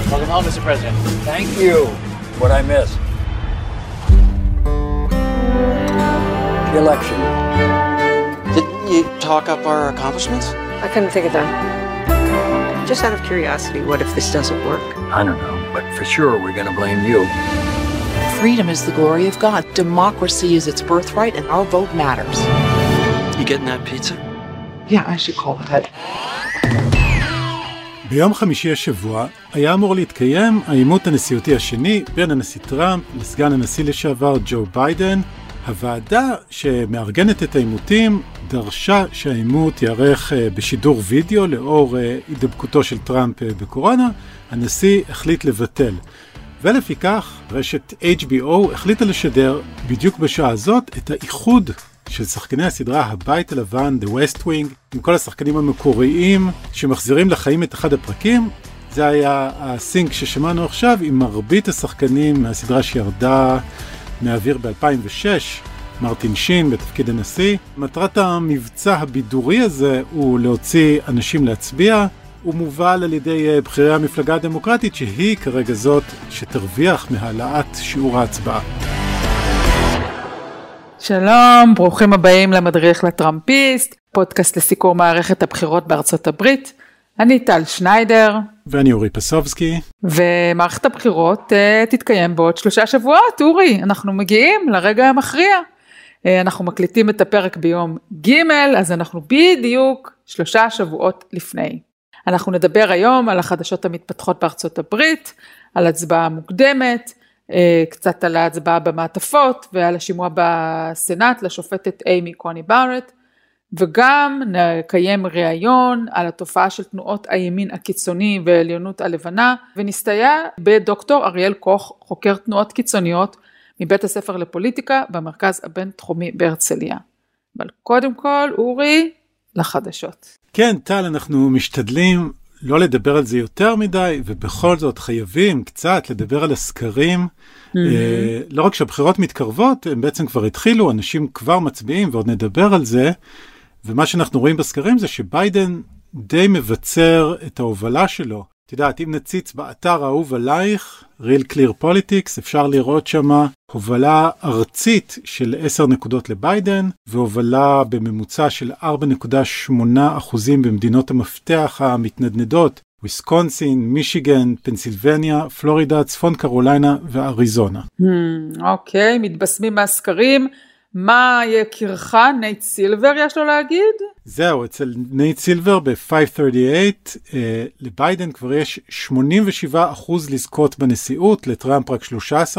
Welcome home, Mr. President. Thank you. What I miss? The election. Didn't you talk up our accomplishments? I couldn't think of them. Just out of curiosity, what if this doesn't work? I don't know, but for sure we're going to blame you. Freedom is the glory of God. Democracy is its birthright, and our vote matters. You getting that pizza? Yeah, I should call ahead. ביום חמישי השבוע היה אמור להתקיים העימות הנשיאותי השני בין הנשיא טראמפ לסגן הנשיא לשעבר ג'ו ביידן. הוועדה שמארגנת את העימותים דרשה שהעימות יערך בשידור וידאו לאור הידבקותו של טראמפ בקורונה. הנשיא החליט לבטל. ולפיכך רשת HBO החליטה לשדר בדיוק בשעה הזאת את האיחוד של שחקני הסדרה הבית הלבן, The West Wing, עם כל השחקנים המקוריים שמחזירים לחיים את אחד הפרקים. זה היה הסינק ששמענו עכשיו עם מרבית השחקנים מהסדרה שירדה מהאוויר ב-2006, מרטין שין בתפקיד הנשיא. מטרת המבצע הבידורי הזה הוא להוציא אנשים להצביע. הוא מובל על ידי בחירי המפלגה הדמוקרטית שהיא כרגע זאת שתרוויח מהעלאת שיעור ההצבעה. שלום, ברוכים הבאים למדריך לטראמפיסט, פודקאסט לסיקור מערכת הבחירות בארצות הברית. אני טל שניידר. ואני אורי פסובסקי. ומערכת הבחירות תתקיים בעוד 3 שבועות, אורי. אנחנו מגיעים לרגע המכריע. אנחנו מקליטים את הפרק ביום ג', אז אנחנו בדיוק 3 שבועות לפני. אנחנו נדבר היום על החדשות המתפתחות בארצות הברית, על הצבעה מוקדמת, קצת על ההצבעה במעטפות ועל השימוע בסנאט לשופטת אימי קוני בארט, וגם נקיים ראיון על התופעה של תנועות הימין הקיצוני ועליונות הלבנה, ונסתייע בדוקטור אריאל קוך, חוקר תנועות קיצוניות מבית הספר לפוליטיקה במרכז הבינתחומי בהרצליה. אבל קודם כל, אורי, לחדשות. כן, טל, אנחנו משתדלים לא לדבר על זה יותר מדי, ובכל זאת חייבים קצת לדבר על הסקרים. לא רק שהבחירות מתקרבות, הם בעצם כבר התחילו, אנשים כבר מצביעים, ועוד נדבר על זה. ומה שאנחנו רואים בסקרים זה שביידן די מבצר את ההובלה שלו. את יודעת, אם נציץ באתר האהוב עלייך, Real Clear Politics, אפשר לראות שמה הובלה ארצית של 10 נקודות לביידן, והובלה בממוצע של 4.8% במדינות המפתח המתנדנדות, וויסקונסין, מישיגן, פנסילבניה, פלורידה, צפון קרוליינה ואריזונה. אוקיי, מתבשמים מהסקרים. מה יקירך נייט סילבר יש לו להגיד? זהו, אצל נייט סילבר ב-538, לביידן כבר יש 87% לזכות בנשיאות, לטראמפ רק 13%,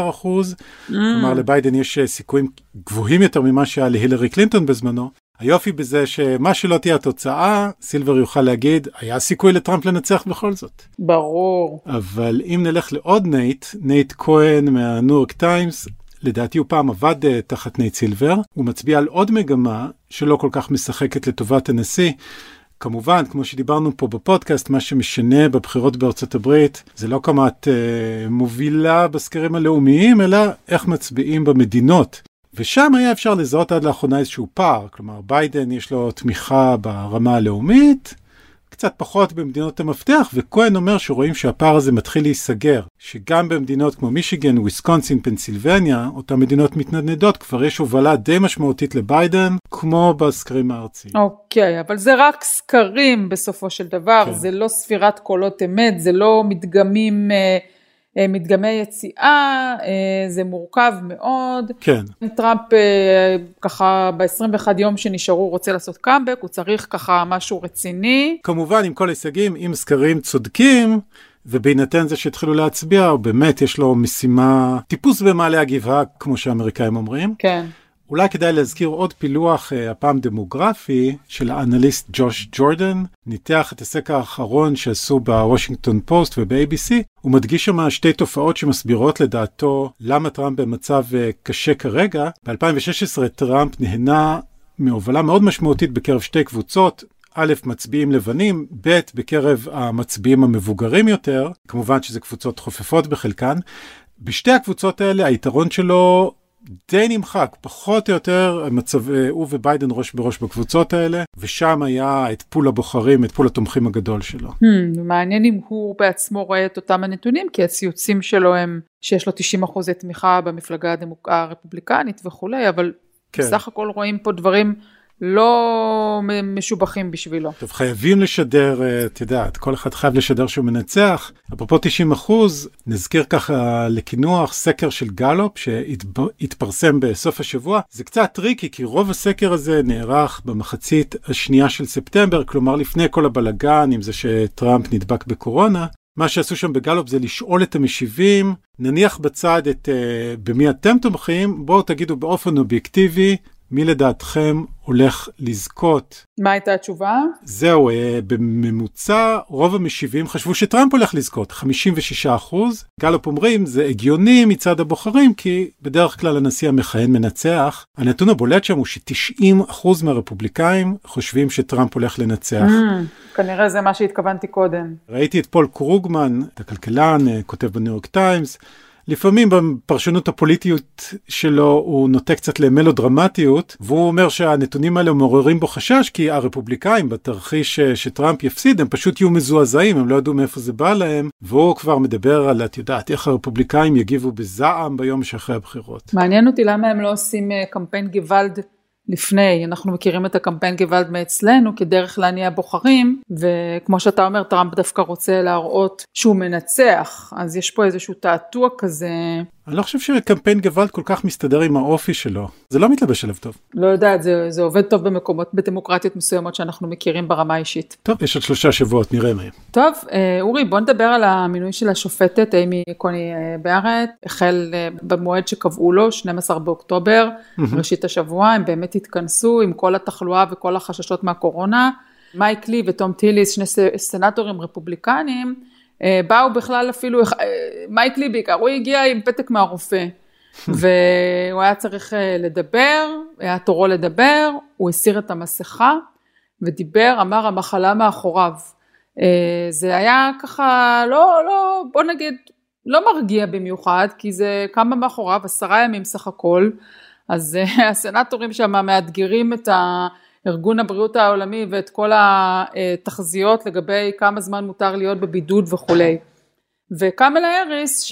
כלומר לביידן יש סיכויים גבוהים יותר ממה שהיה להילרי קלינטון בזמנו. היופי בזה שמה שלא תהיה התוצאה, סילבר יוכל להגיד, היה סיכוי לטראמפ לנצח בכל זאת. ברור. אבל אם נלך לעוד נייט כהן מהניו יורק טיימס, לדעתי הוא פעם עבד תחת נייט סילבר, הוא מצביע על עוד מגמה שלא כל כך משחקת לטובת הנשיא. כמובן, כמו שדיברנו פה בפודקאסט, מה שמשנה בבחירות בארצות הברית, זה לא כמה את מובילה בסקרים הלאומיים, אלא איך מצביעים במדינות. ושם היה אפשר לזהות עד לאחרונה איזשהו פער, כלומר ביידן יש לו תמיכה ברמה הלאומית, קצת פחות במדינות המפתח, וכהן אומר שרואים שהפער הזה מתחיל להיסגר, שגם במדינות כמו מישיגן, וויסקונסין, פנסילבניה, אותן מדינות מתנדנדות, כבר יש הובלה די משמעותית לביידן, כמו בסקרים הארציים. אוקיי, אבל זה רק סקרים בסופו של דבר, כן. זה לא ספירת קולות אמת, זה לא מדגמי יציאה, זה מורכב מאוד. כן. טראמפ ככה ב-21 יום שנשארו רוצה לעשות קאמבק, הוא צריך ככה משהו רציני. כמובן עם כל הישגים, עם סקרים צודקים, ובהינתן זה שהתחילו להצביע, באמת יש לו משימה, טיפוס במעלה הגבעה, כמו שהאמריקאים אומרים. כן. אולי כדאי להזכיר עוד פילוח, הפעם דמוגרפי, של האנליסט ג'וש ג'ורדן, ניתח את הסקר האחרון שעשו בוושינגטון פוסט וב-ABC, הוא מדגיש שם 2 תופעות שמסבירות לדעתו למה טראמפ במצב קשה כרגע. ב-2016 טראמפ נהנה מהובלה מאוד משמעותית בקרב 2 קבוצות, א', מצביעים לבנים, ב', בקרב המצביעים המבוגרים יותר, כמובן שזה קבוצות חופפות בחלקן. בשתי הקבוצות האלה היתרון שלו די נמחק, פחות או יותר הוא וביידן ראש בראש בקבוצות האלה, ושם היה את פול הבוחרים, את פול התומכים הגדול שלו. מעניין אם הוא בעצמו רואה את אותם הנתונים, כי הציוצים שלו הם שיש לו 90% תמיכה במפלגה הרפובליקנית וכולי, אבל בסך הכל רואים פה דברים לא משובחים בשבילו. טוב, חייבים לשדר, את יודעת, כל אחד חייב לשדר שהוא מנצח. אפרופו 90%, נזכיר ככה לכינוח סקר של גלופ שהתפרסם בסוף השבוע. זה קצת טריקי, כי רוב הסקר הזה נערך במחצית השנייה של ספטמבר, כלומר לפני כל הבלגן, עם זה שטראמפ נדבק בקורונה. מה שעשו שם בגלופ זה לשאול את המשיבים, נניח בצד את במי אתם תומכים, בואו תגידו באופן אובייקטיבי, מי לדעתכם הולך לזכות? מה הייתה התשובה? זהו, בממוצע רוב המשיבים חשבו שטראמפ הולך לזכות, 56%. גלופ אומרים, זה הגיוני מצד הבוחרים, כי בדרך כלל הנשיא המכהן מנצח. הנתון הבולט שם הוא ש90% מהרפובליקאים חושבים שטראמפ הולך לנצח. כנראה זה מה שהתכוונתי קודם. ראיתי את פול קרוגמן, את הכלכלן, כותב בניו יורק טיימס, לפעמים בפרשנות הפוליטיות שלו הוא נוטה קצת למלודרמטיות, והוא אומר שהנתונים האלה מעוררים בו חשש, כי הרפובליקאים בתרחיש שטראמפ יפסיד, הם פשוט יהיו מזועזעים, הם לא ידעו מאיפה זה בא להם, והוא כבר מדבר על, את יודעת, איך הרפובליקאים יגיבו בזעם ביום שאחרי הבחירות. מעניין אותי למה הם לא עושים קמפיין גוואלד לפני, אנחנו מכירים את הקמפיין גוואלד מאצלנו כדרך להניע בוחרים, וכמו שאתה אומר, טראמפ דווקא רוצה להראות שהוא מנצח, אז יש פה איזשהו תעתוע כזה. אני לא חושב שקמפיין גוואלד כל כך מסתדר עם האופי שלו, זה לא מתלבש עליו טוב. לא יודעת, זה עובד טוב במקומות, בדמוקרטיות מסוימות שאנחנו מכירים ברמה אישית. טוב, יש עוד 3 שבועות, נראה מה. טוב, אורי, בוא נדבר על המינוי של השופטת, אימי קוני בארט, החל במועד שקבעו לו, 12 באוקטובר, ראשית השבוע, הם באמת התכנסו עם כל התחלואה וכל החששות מהקורונה, מייק לי וטום טיליס, 2 סנטורים רפובליקנים, באו בכלל אפילו, מייק לי בעיקר, הוא הגיע עם פתק מהרופא, והוא היה צריך לדבר, היה תורו לדבר, הוא הסיר את המסכה, ודיבר, אמר המחלה מאחוריו. זה היה ככה, בוא נגיד, לא מרגיע במיוחד, כי זה כמה מאחוריו, 10 ימים סך הכל, אז הסנטורים שם מאתגרים את ארגון הבריאות העולמי ואת כל התחזיות לגבי כמה זמן מותר להיות בבידוד וכולי. וקמלה האריס,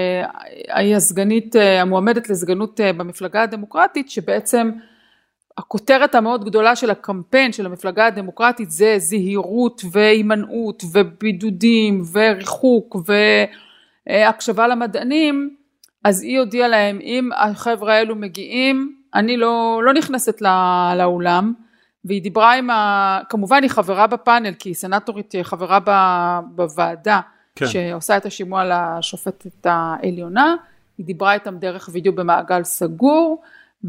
שהיא הסגנית, המועמדת לסגנות במפלגה הדמוקרטית, שבעצם הכותרת המאוד גדולה של הקמפיין של המפלגה הדמוקרטית זה זהירות והימנעות ובידודים וריחוק והקשבה למדענים, אז היא הודיעה להם, אם החבר'ה האלו מגיעים, אני לא נכנסת לאולם, והיא דיברה כמובן היא חברה בפאנל, כי היא סנטורית חברה בוועדה, כן. שעושה את השימוע לשופטת העליונה, היא דיברה איתם דרך וידאו במעגל סגור,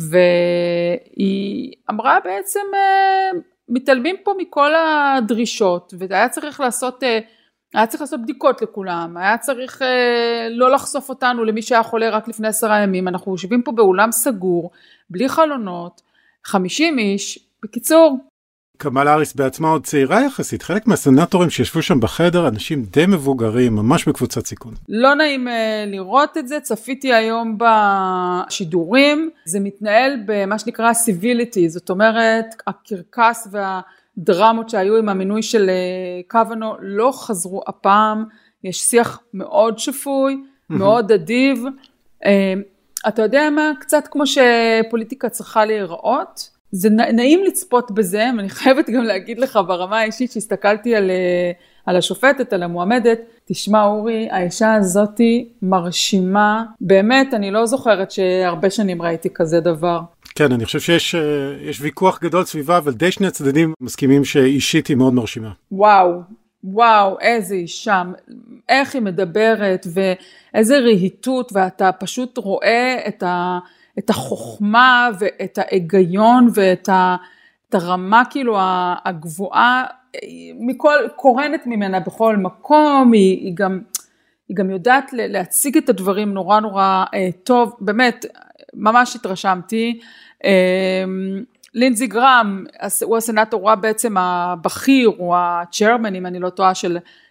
והיא אמרה בעצם, מתעלמים פה מכל הדרישות, והיה צריך לעשות בדיקות לכולם, היה צריך לא לחשוף אותנו למי שהיה חולה רק לפני 10 ימים, אנחנו יושבים פה באולם סגור, בלי חלונות, 50 איש, בקיצור. קמלה האריס בעצמה עוד צעירה יחסית, חלק מהסנטורים שישבו שם בחדר, אנשים די מבוגרים, ממש בקבוצת סיכון. לא נעים לראות את זה, צפיתי היום בשידורים, זה מתנהל במה שנקרא civility, זאת אומרת, הקרקס והדרמות שהיו עם המינוי של קוונו לא חזרו הפעם, יש שיח מאוד שפוי, מאוד אדיב, אתה יודע מה, קצת כמו שפוליטיקה צריכה להיראות, זה נעים לצפות בזה, ואני חייבת גם להגיד לך ברמה האישית שהסתכלתי על השופטת, על המועמדת, תשמע אורי, האישה הזאת מרשימה, באמת אני לא זוכרת שהרבה שנים ראיתי כזה דבר. כן, אני חושב שיש ויכוח גדול סביבה, אבל די שני הצדדים מסכימים שאישית היא מאוד מרשימה. וואו, איזה אישה, איך היא מדברת, ואיזה רהיטות, ואתה פשוט רואה את החוכמה ואת ההיגיון ואת הרמה כאילו הגבוהה, קורנת ממנה בכל מקום, היא גם יודעת להציג את הדברים נורא טוב, באמת ממש התרשמתי. לינזי גרם, הוא הסנטור בעצם הבכיר, הוא הצ'רמן אם אני לא טועה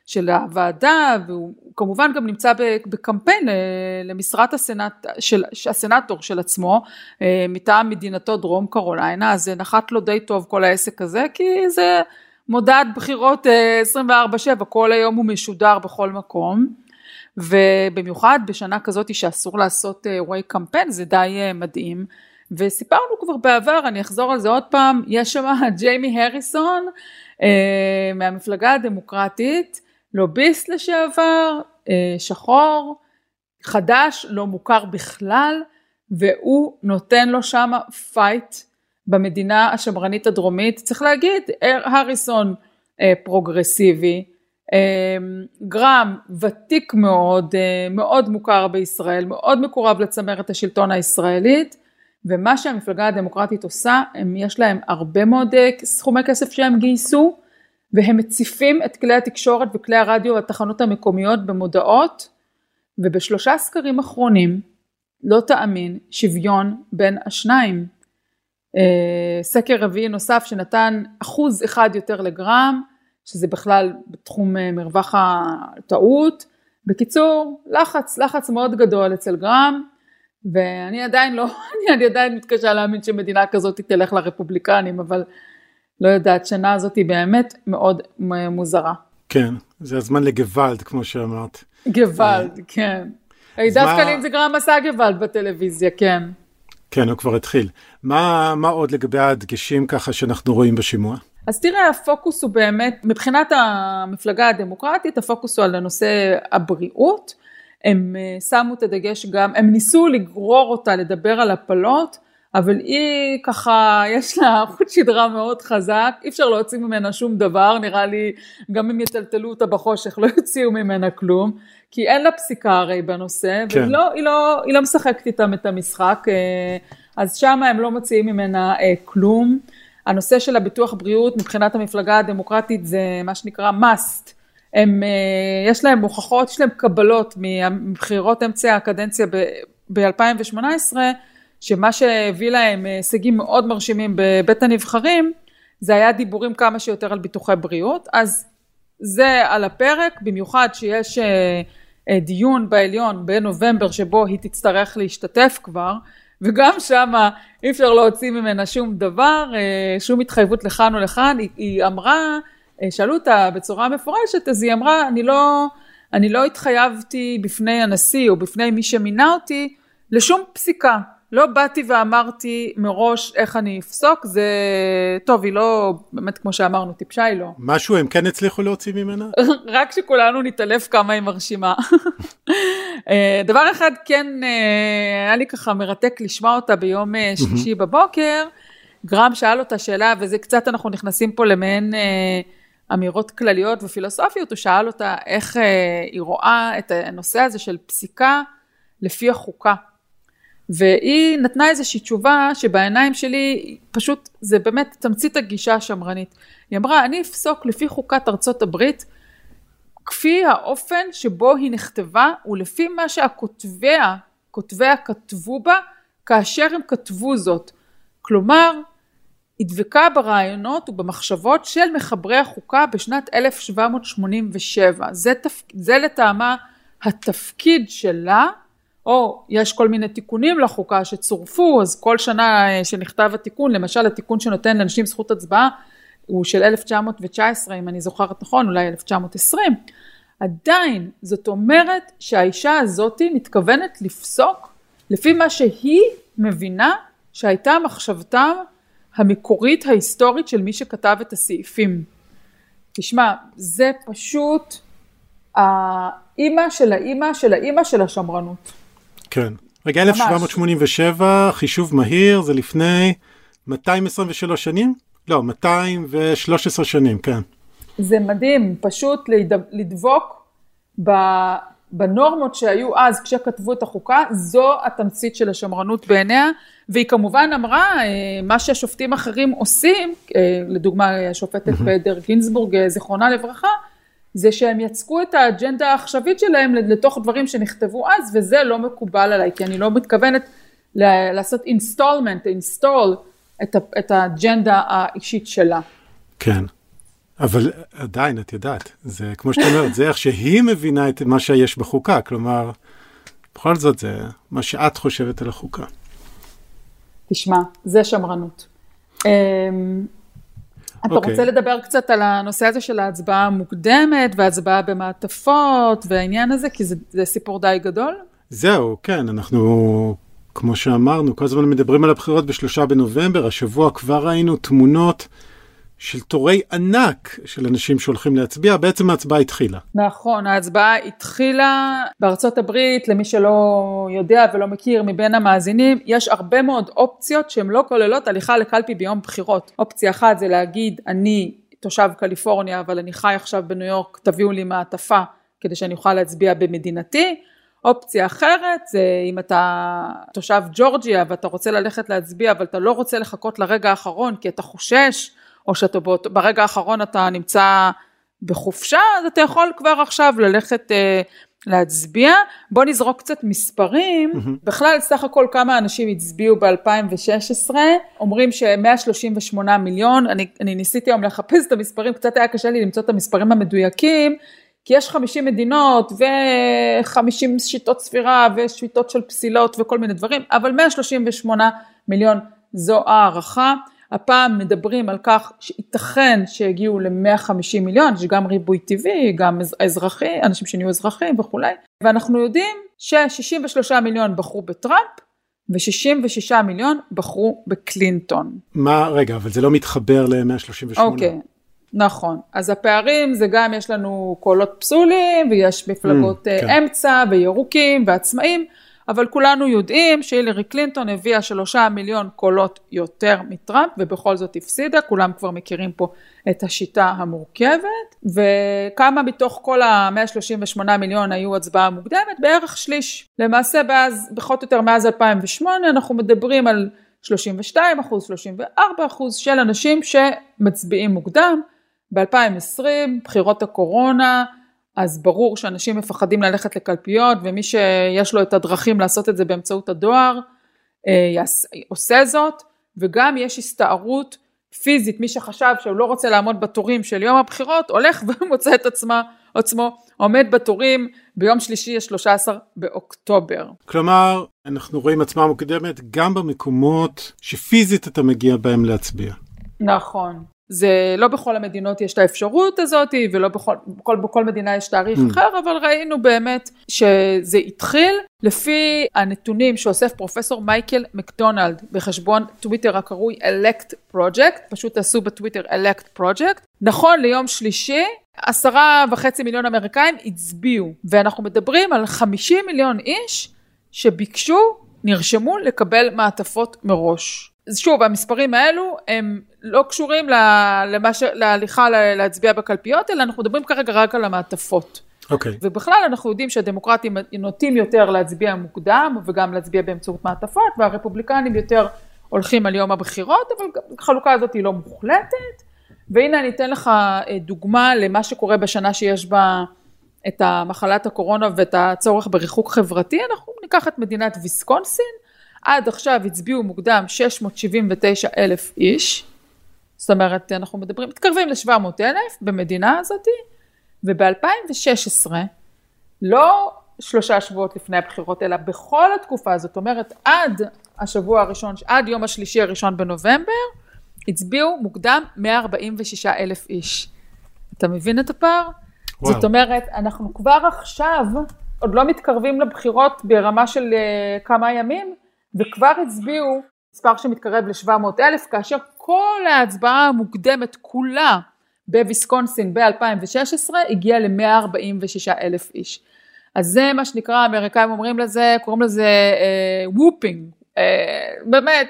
של הוועדה, והוא כמובן גם נמצא בקמפיין למשרת הסנאטור של עצמו, מטעם מדינתו דרום קרוליינה, אז זה נחת לו די טוב כל העסק הזה, כי זה מודד בחירות 24/7, כל היום הוא משודר בכל מקום, ובמיוחד בשנה כזאת שאסור לעשות אירועי קמפיין, זה די מדהים, וסיפרנו כבר בעבר, אני אחזור על זה עוד פעם, יש שם ג'יימי הריסון, מהמפלגה הדמוקרטית, לוביסט לשעבר, שחור, חדש, לא מוכר בכלל, והוא נותן לו שם פייט במדינה השמרנית הדרומית. צריך להגיד, הריסון פרוגרסיבי, גרם ותיק מאוד, מאוד מוכר בישראל, מאוד מקורב לצמרת השלטון הישראלית, ומה שהמפלגה הדמוקרטית עושה, יש להם הרבה מאוד סכומי כסף שהם גייסו, והם מציפים את כלי התקשורת וכלי הרדיו והתחנות המקומיות במודעות, ובשלושה סקרים אחרונים, לא תאמין, שוויון בין השניים. סקר רביעי נוסף שנתן 1% יותר לגרם, שזה בכלל בתחום מרווח הטעות. בקיצור, לחץ מאוד גדול אצל גרם, ואני עדיין אני עדיין מתקשה להאמין שמדינה כזאת תלך לרפובליקנים, אבל לא יודעת, שנה הזאת היא באמת מאוד מוזרה. כן, זה הזמן לגוואלד, כמו שאמרת. גוואלד, כן. דווקא לי זה גרם עשה גוואלד בטלוויזיה, כן. כן, הוא כבר התחיל. מה עוד לגבי הדגשים ככה שאנחנו רואים בשימוע? אז תראה, הפוקוס הוא באמת, מבחינת המפלגה הדמוקרטית, הפוקוס הוא על הנושא הבריאות, הם שמו את הדגש גם, הם ניסו לגרור אותה לדבר על הפלות, אבל היא ככה, יש לה חוט שדרה מאוד חזק, אי אפשר להוציא ממנה שום דבר, נראה לי גם אם יטלטלו אותה בחושך, לא יוציאו ממנה כלום, כי אין לה פסיקה הרי בנושא, כן. היא לא משחקת איתם את המשחק, אז שם הם לא מוציאים ממנה כלום. הנושא של הביטוח בריאות מבחינת המפלגה הדמוקרטית זה מה שנקרא must, יש להם מוכחות, יש להם קבלות מבחירות אמצע הקדנציה ב-2018, שמה שהביא להם הישגים מאוד מרשימים בבית הנבחרים, זה היה דיבורים כמה שיותר על ביטוחי בריאות, אז זה על הפרק, במיוחד שיש דיון בעליון בנובמבר שבו היא תצטרך להשתתף כבר, וגם שם אי אפשר להוציא ממנה שום דבר, שום התחייבות לכאן או לכאן, היא אמרה, שאלו אותה בצורה מפורשת, אז היא אמרה, אני לא התחייבתי בפני הנשיא או בפני מי שמינה אותי לשום פסיקה, לא באתי ואמרתי מראש איך אני אפסוק, זה טוב, היא לא, באמת כמו שאמרנו, טיפשה היא לא. משהו הם כן הצליחו להוציא ממנה? רק שכולנו נתעלף כמה היא מרשימה. דבר אחד כן, היה לי ככה מרתק לשמוע אותה ביום שלישי בבוקר, גרם שאל אותה שאלה, וזה קצת אנחנו נכנסים פה למעין אמירות כלליות ופילוסופיות, הוא שאל אותה איך היא רואה את הנושא הזה של פסיקה לפי החוקה. והיא נתנה איזושהי תשובה שבעיניים שלי פשוט זה באמת תמצית הגישה השמרנית. היא אמרה, אני אפסוק לפי חוקת ארצות הברית, כפי האופן שבו היא נכתבה, ולפי מה שהכותביה כתבו בה, כאשר הם כתבו זאת. כלומר, היא דבקה ברעיונות ובמחשבות של מחברי החוקה בשנת 1787. זה לטעמה התפקיד שלה, או יש כל מיני תיקונים לחוקה שצורפו, אז כל שנה שנכתב התיקון, למשל התיקון שנותן לאנשים זכות הצבעה, הוא של 1919, אם אני זוכרת נכון, אולי 1920, עדיין זאת אומרת שהאישה הזאת מתכוונת לפסוק, לפי מה שהיא מבינה שהייתה מחשבתם המקורית ההיסטורית של מי שכתב את הסעיפים. תשמע, זה פשוט האמא של האמא של האמא של השמרנות. כן. רגע, 1787, חישוב מהיר, זה לפני 223 שנים? לא, 213 שנים, כן. זה מדהים, פשוט לדבוק בנורמות שהיו אז כשכתבו את החוקה, זו התמצית של השמרנות בעיניה, והיא כמובן אמרה, מה שהשופטים אחרים עושים, לדוגמה השופטת פדר גינסבורג, זיכרונה לברכה, זה שהם יצקו את האג'נדה העכשווית שלהם לתוך דברים שנכתבו אז, וזה לא מקובל עליי, כי אני לא מתכוונת לעשות install את האג'נדה האישית שלה. כן. אבל עדיין, את יודעת, זה כמו שאת אומרת, זה איך שהיא מבינה את מה שיש בחוקה, כלומר, בכל זאת זה מה שאת חושבת על החוקה. תשמע, זה שמרנות. אתה רוצה לדבר קצת על הנושא הזה של ההצבעה המוקדמת, וההצבעה במעטפות, והעניין הזה, כי זה סיפור די גדול? זהו, כן, אנחנו, כמו שאמרנו, כל הזמן מדברים על הבחירות ב3 בנובמבר, השבוע כבר ראינו תמונות של תורי ענק של אנשים שהולכים להצביע, בעצם ההצבעה התחילה. נכון, ההצבעה התחילה בארצות הברית, למי שלא יודע ולא מכיר מבין המאזינים, יש הרבה מאוד אופציות שהן לא כוללות הליכה לקלפי ביום בחירות. אופציה אחת זה להגיד, אני תושב קליפורניה, אבל אני חי עכשיו בניו יורק, תביאו לי מעטפה כדי שאני אוכל להצביע במדינתי. אופציה אחרת זה אם אתה תושב ג'ורג'יה ואתה רוצה ללכת להצביע, אבל אתה לא רוצה לחכות לרגע האחרון כי אתה חושש, או שאתה ברגע האחרון אתה נמצא בחופשה, אז אתה יכול כבר עכשיו ללכת להצביע. בוא נזרוק קצת מספרים. בכלל, סך הכל כמה אנשים הצביעו ב-2016, אומרים ש138 מיליון, אני ניסיתי היום לחפש את המספרים, קצת היה קשה לי למצוא את המספרים המדויקים, כי יש 50 מדינות ו50 שיטות ספירה ושיטות של פסילות וכל מיני דברים, אבל 138 מיליון זו הערכה. הפעם מדברים על כך שייתכן שהגיעו ל150 מיליון, יש גם ריבוי טבעי, גם אזרחי, אנשים שנהיו אזרחים וכו'. ואנחנו יודעים ש63 מיליון בחרו בטראמפ, ו66 מיליון בחרו בקלינטון. מה, רגע, אבל זה לא מתחבר ל138. אוקיי, נכון. אז הפערים זה גם יש לנו קולות פסולים, ויש מפלגות אמצע וירוקים ועצמאים, אבל כולנו יודעים שהילרי קלינטון הביאה 3 מיליון קולות יותר מטראמפ, ובכל זאת הפסידה, כולם כבר מכירים פה את השיטה המורכבת, וכמה מתוך כל ה-138 מיליון היו הצבעה מוקדמת, בערך שליש. למעשה, פחות או יותר מאז 2008, אנחנו מדברים על 32%, 34% של אנשים שמצביעים מוקדם. ב-2020, בחירות הקורונה, אז ברור שאנשים מפחדים ללכת לקלפיות, ומי שיש לו את הדרכים לעשות את זה באמצעות הדואר, עושה זאת, וגם יש הסתערות פיזית, מי שחשב שהוא לא רוצה לעמוד בתורים של יום הבחירות, הולך ומוצא את עצמו, עומד בתורים ביום שלישי, 13 באוקטובר. כלומר, אנחנו רואים הצבעה מוקדמת גם במקומות שפיזית אתה מגיע בהם להצביע. נכון. זה לא בכל המדינות יש את האפשרות הזאת, ולא בכל מדינה יש תאריך אחר, אבל ראינו באמת שזה התחיל, לפי הנתונים שאוסף פרופסור מייקל מקדונלד, בחשבון טוויטר הקרוי Elect Project, פשוט תעשו בטוויטר Elect Project, נכון ליום שלישי, 10.5 מיליון אמריקאים הצביעו, ואנחנו מדברים על 50 מיליון איש, שביקשו, נרשמו לקבל מעטפות מראש. אז שוב, המספרים האלו הם לא קשורים להליכה להצביע בקלפיות, אלא אנחנו מדברים כרגע רק על המעטפות. אוקיי. ובכלל אנחנו יודעים שהדמוקרטים נוטים יותר להצביע מוקדם, וגם להצביע באמצעות מעטפות, והרפובליקנים יותר הולכים על יום הבחירות, אבל החלוקה הזאת היא לא מוחלטת. והנה אני אתן לך דוגמה למה שקורה בשנה שיש בה את מחלת הקורונה ואת הצורך בריחוק חברתי. אנחנו ניקח את מדינת ויסקונסין, עד עכשיו הצביעו מוקדם 679,000 איש, זאת אומרת, אנחנו מתקרבים ל-700,000 במדינה הזאת, וב-2016, לא 3 שבועות לפני הבחירות, אלא בכל התקופה הזאת, זאת אומרת, עד השבוע הראשון, עד יום השלישי הראשון בנובמבר, הצביעו מוקדם 146,000 איש. אתה מבין את הפער? וואו. זאת אומרת, אנחנו כבר עכשיו, עוד לא מתקרבים לבחירות ברמה של כמה ימים, וכבר הצביעו מספר שמתקרב ל-700,000, כאשר כל ההצבעה המוקדמת כולה בוויסקונסין ב-2016 הגיעה ל-146,000 איש. אז זה מה שנקרא, האמריקאים אומרים לזה, קוראים לזה וופינג, באמת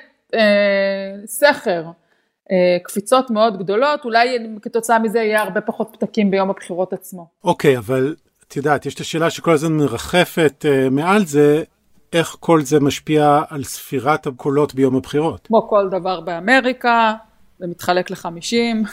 סכר, קפיצות מאוד גדולות, אולי כתוצאה מזה יהיה הרבה פחות פתקים ביום הבחירות עצמו. אוקיי, אבל את יודעת, יש את השאלה שכל הזמן מרחפת מעל זה, איך כל זה משפיע על ספירת הקולות ביום הבחירות? כמו כל דבר באמריקה, זה מתחלק ל-50,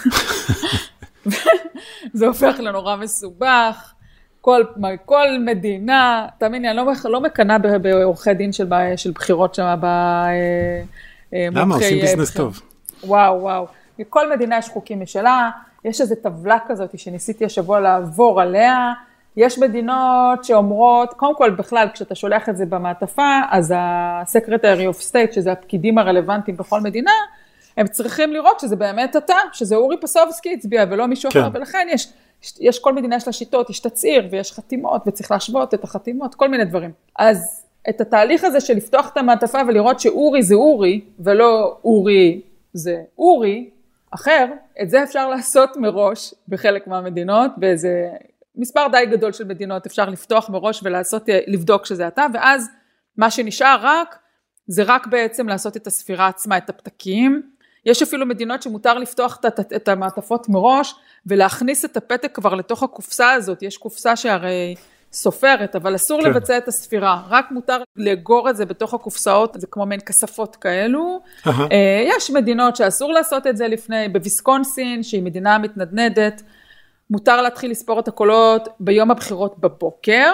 זה הופך לנורא מסובך, כל מדינה, תאמיני, אני לא מקנה בעורכי דין של בחירות שם, למה? עושים ביזנס טוב. וואו. בכל מדינה יש חוקים משלה, יש איזו טבלה כזאת שניסיתי השבוע לעבור עליה, יש מדינות שאומרות, קודם כל בכלל כשאתה שולח את זה במעטפה, אז ה-Secretary of State, שזה הפקידים הרלוונטיים בכל מדינה, הם צריכים לראות שזה באמת אתה, שזה אורי פסובסקי הצביע ולא מישהו אחר, ולכן יש כל מדינה יש לה שיטות, יש תצעיר ויש חתימות וצריך להשוות את החתימות, כל מיני דברים. אז את התהליך הזה של לפתוח את המעטפה ולראות שאורי זה אורי ולא אורי זה אורי אחר, את זה אפשר לעשות מראש בחלק מהמדינות, באיזה מספר די גדול של מדינות אפשר לפתוח מראש לבדוק שזה אתה, ואז מה שנשאר זה רק בעצם לעשות את הספירה עצמה, את הפתקים. יש אפילו מדינות שמותר לפתוח את המעטפות מראש, ולהכניס את הפתק כבר לתוך הקופסה הזאת, יש קופסה שהרי סופרת, אבל אסור לבצע את הספירה, רק מותר לאגור את זה בתוך הקופסאות, זה כמו מעין כספות כאלו. יש מדינות שאסור לעשות את זה לפני, בוויסקונסין, שהיא מדינה מתנדנדת, מותר להתחיל לספור את הקולות ביום הבחירות בבוקר,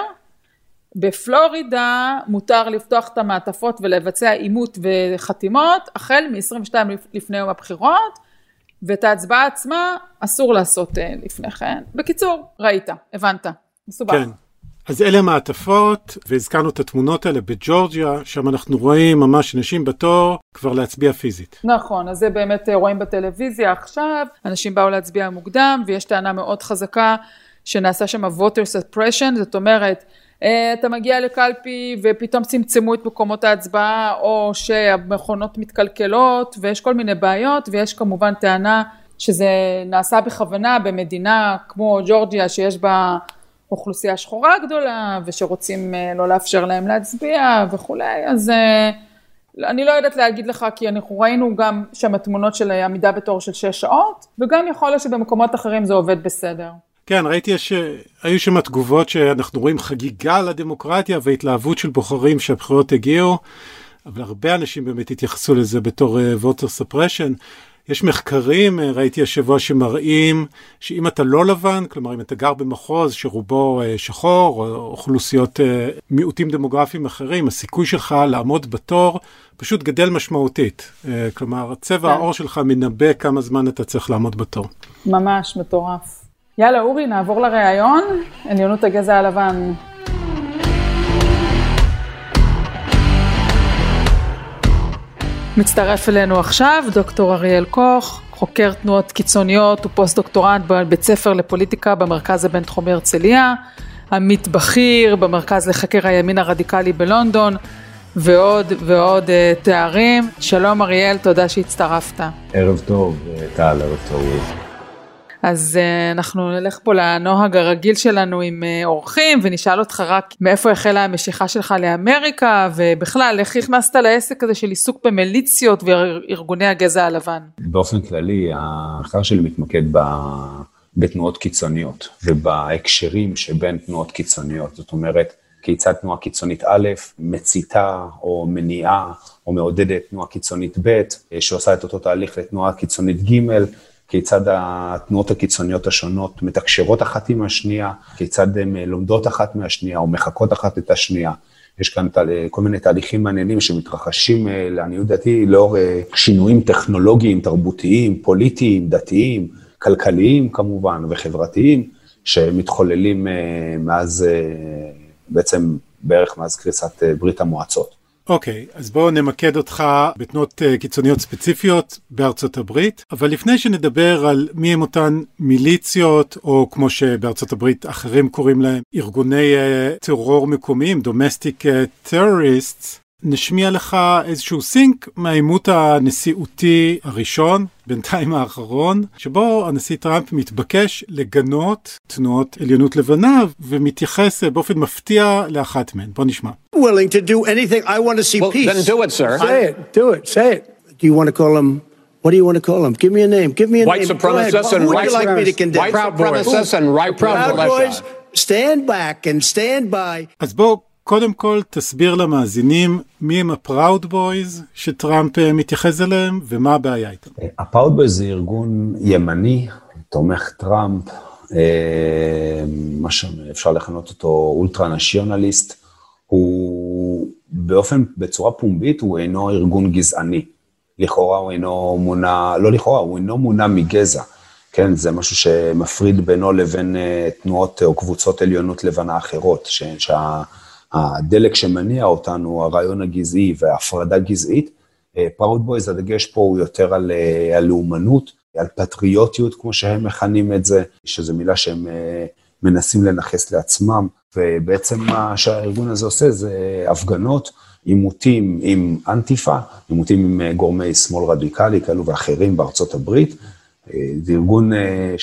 בפלורידה מותר לפתוח את המעטפות ולבצע אימות וחתימות, החל מ-22 לפני יום הבחירות, ואת ההצבעה עצמה אסור לעשות לפני כן. בקיצור, ראית, הבנת, מסובך. כן, אז אלה המעטפות, והזכרנו את התמונות האלה בג'ורג'יה, שם אנחנו רואים ממש אנשים בתור כבר להצביע פיזית. נכון, אז זה באמת רואים בטלוויזיה עכשיו, אנשים באו להצביע מוקדם, ויש טענה מאוד חזקה שנעשה שם voter suppression, זאת אומרת, אתה מגיע לקלפי ופתאום צמצמו את מקומות ההצבעה, או שהמכונות מתקלקלות, ויש כל מיני בעיות, ויש כמובן טענה שזה נעשה בכוונה במדינה כמו ג'ורג'יה, שיש בה אוכלוסייה שחורה גדולה, ושרוצים לא לאפשר להם להצביע וכולי, אז אני לא יודעת להגיד לך, כי אנחנו ראינו גם שם תמונות של עמידה בתור של 6 שעות, וגם יכול להיות שבמקומות אחרים זה עובד בסדר. כן, ראיתי שהיו שם תגובות שאנחנו רואים חגיגה לדמוקרטיה והתלהבות של בוחרים שהבחירות הגיעו, אבל הרבה אנשים באמת התייחסו לזה בתור voter suppression. יש מחקרים, ראיתי השבוע שמראים שאם אתה לא לבן, כלומר אם אתה גר במחוז שרובו שחור, או אוכלוסיות מיעוטים דמוגרפיים אחרים, הסיכוי שלך לעמוד בתור פשוט גדל משמעותית. כלומר, צבע העור שלך מנבא כמה זמן אתה צריך לעמוד בתור. ממש מטורף. יאללה אורי, נעבור לראיון, עליונות הגזע הלבן. מצטרף אלינו עכשיו דוקטור אריאל קוך, חוקר תנועות קיצוניות ופוסט דוקטורנט בבית ספר לפוליטיקה במרכז הבינתחומי הרצליה, עמית בכיר במרכז לחקר הימין הרדיקלי בלונדון, ועוד תארים. שלום אריאל, תודה שהצטרפת. ערב טוב, טל, ערב טוב. אז אנחנו נלך פה לנוהג הרגיל שלנו עם אורחים, ונשאל אותך רק מאיפה החלה המשיכה שלך לאמריקה, ובכלל, איך הכנסת לעסק הזה של עיסוק במיליציות וארגוני הגזע הלבן? באופן כללי, המחקר שלי מתמקד בתנועות קיצוניות, ובהקשרים שבין תנועות קיצוניות. זאת אומרת, כיצד תנועה קיצונית א' מציתה או מניעה או מעודדת תנועה קיצונית ב', שעושה את אותו תהליך לתנועה קיצונית ג', כיצד התנועות הקיצוניות השונות מתקשרות אחת עם השנייה, כיצד הן לומדות אחת מהשנייה או מחכות אחת את השנייה. יש כאן כל מיני תהליכים מעניינים שמתרחשים לעניות דעתי לאור שינויים טכנולוגיים, תרבותיים, פוליטיים, דתיים, כלכליים כמובן וחברתיים, שמתחוללים מאז, בעצם בערך מאז קריסת ברית המועצות. אוקיי, אז בואו נמקד אותך בתנועות קיצוניות ספציפיות בארצות הברית, אבל לפני שנדבר על מי הם אותן מיליציות, או כמו שבארצות הברית אחרים קוראים להם, ארגוני טרור מקומיים, domestic terrorists, נשמיע לך איזשהו סינק מהעימות הנשיאותי הראשון, בינתיים האחרון, שבו הנשיא טראמפ מתבקש לגנות תנועות עליונות לבנה, ומתייחס באופן מפתיע לאחת מהן. בוא נשמע. Willing to do anything. I want to see peace. Then do it, sir. Say it. Do it. Say it. Do you want to call them? What do you want to call them? Give me a name. Give me a White name. supremacists and Who would white you like me to condemn? White supremacists and white Proud Boys, stand back and stand by. אז בוא קודם כל תסביר למאזינים מי הם הפראוד בויז שטראמפ מתייחס אליהם ומה הבעיה איתם. הפראוד בויז זה ארגון ימני, תומך טראמפ, מה שאפשר לכנות אותו אולטרה נשיונליסט, הוא בצורה פומבית הוא אינו ארגון גזעני. לכאורה הוא אינו מונע, לא לכאורה, הוא אינו מונע מגזע. כן, זה משהו שמפריד בינו לבין תנועות או קבוצות עליונות לבנה אחרות, שהדלק שמניע אותנו, הרעיון הגזעי וההפרדה גזעית, פראוד בויז, הדגש פה הוא יותר על לאומנות, על פטריוטיות, כמו שהם מכנים את זה, שזו מילה שהם מנסים לנחס לעצמם, ובעצם מה שהארגון הזה עושה זה הפגנות, עימותים עם אנטיפה, עימותים עם גורמי שמאל רדיקלי כאלו ואחרים בארצות הברית, זה ארגון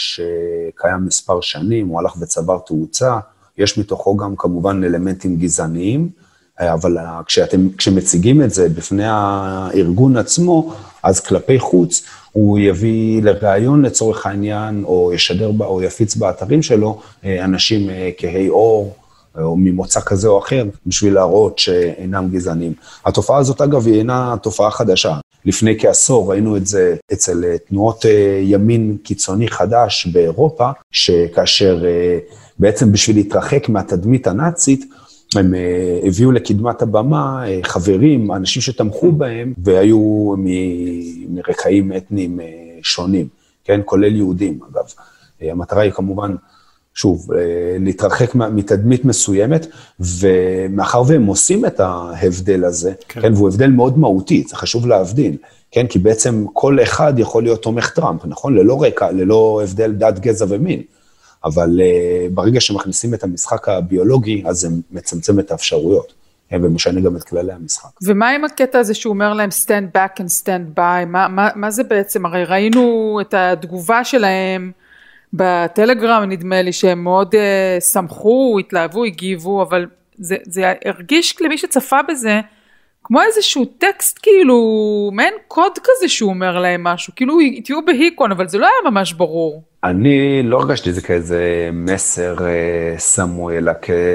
שקיים מספר שנים, הוא הלך וצבר תאוצה, יש מתוכו גם כמובן אלמנטים גזעניים, אבל כשמציגים את זה בפני הארגון עצמו, אז כלפי חוץ הוא יביא לראיון לצורך העניין, או ישדר או יפיץ באתרים שלו, אנשים כהי אור, או ממוצא כזה או אחר, בשביל להראות שאינם גזענים. התופעה הזאת אגב היא אינה תופעה חדשה. לפני כעשור ראינו את זה אצל תנועות ימין קיצוני חדש באירופה, שכאשר בעצם בשביל להתרחק מהתדמית הנאצית, הם הביאו לקדמת הבמה חברים, אנשים שתמכו בהם, והיו מרקעים אתניים שונים, כן? כולל יהודים אגב. המטרה היא כמובן, שוב, להתרחק מתדמית מסוימת, ומאחר והם עושים את ההבדל הזה, כן, והוא הבדל מאוד מהותי, זה חשוב להבדיל, כן, כי בעצם כל אחד יכול להיות תומך טראמפ, נכון? ללא רקע, ללא הבדל דת, גזע ומין, אבל ברגע שמכניסים את המשחק הביולוגי, אז זה מצמצם את האפשרויות, ומשנה גם את כללי המשחק. ומה עם הקטע הזה שהוא אומר להם stand back and stand by? מה זה בעצם? הרי ראינו את התגובה שלהם, בטלגרם נדמה לי שהם מאוד שמחו, התלהבו, הגיבו, אבל זה הרגיש למי שצפה בזה, כמו איזשהו טקסט כאילו, מעין קוד כזה שהוא אומר להם משהו, כאילו תהיו בהיקון, אבל זה לא היה ממש ברור. אני לא הרגשתי את זה כאיזה מסר סמוי, אלא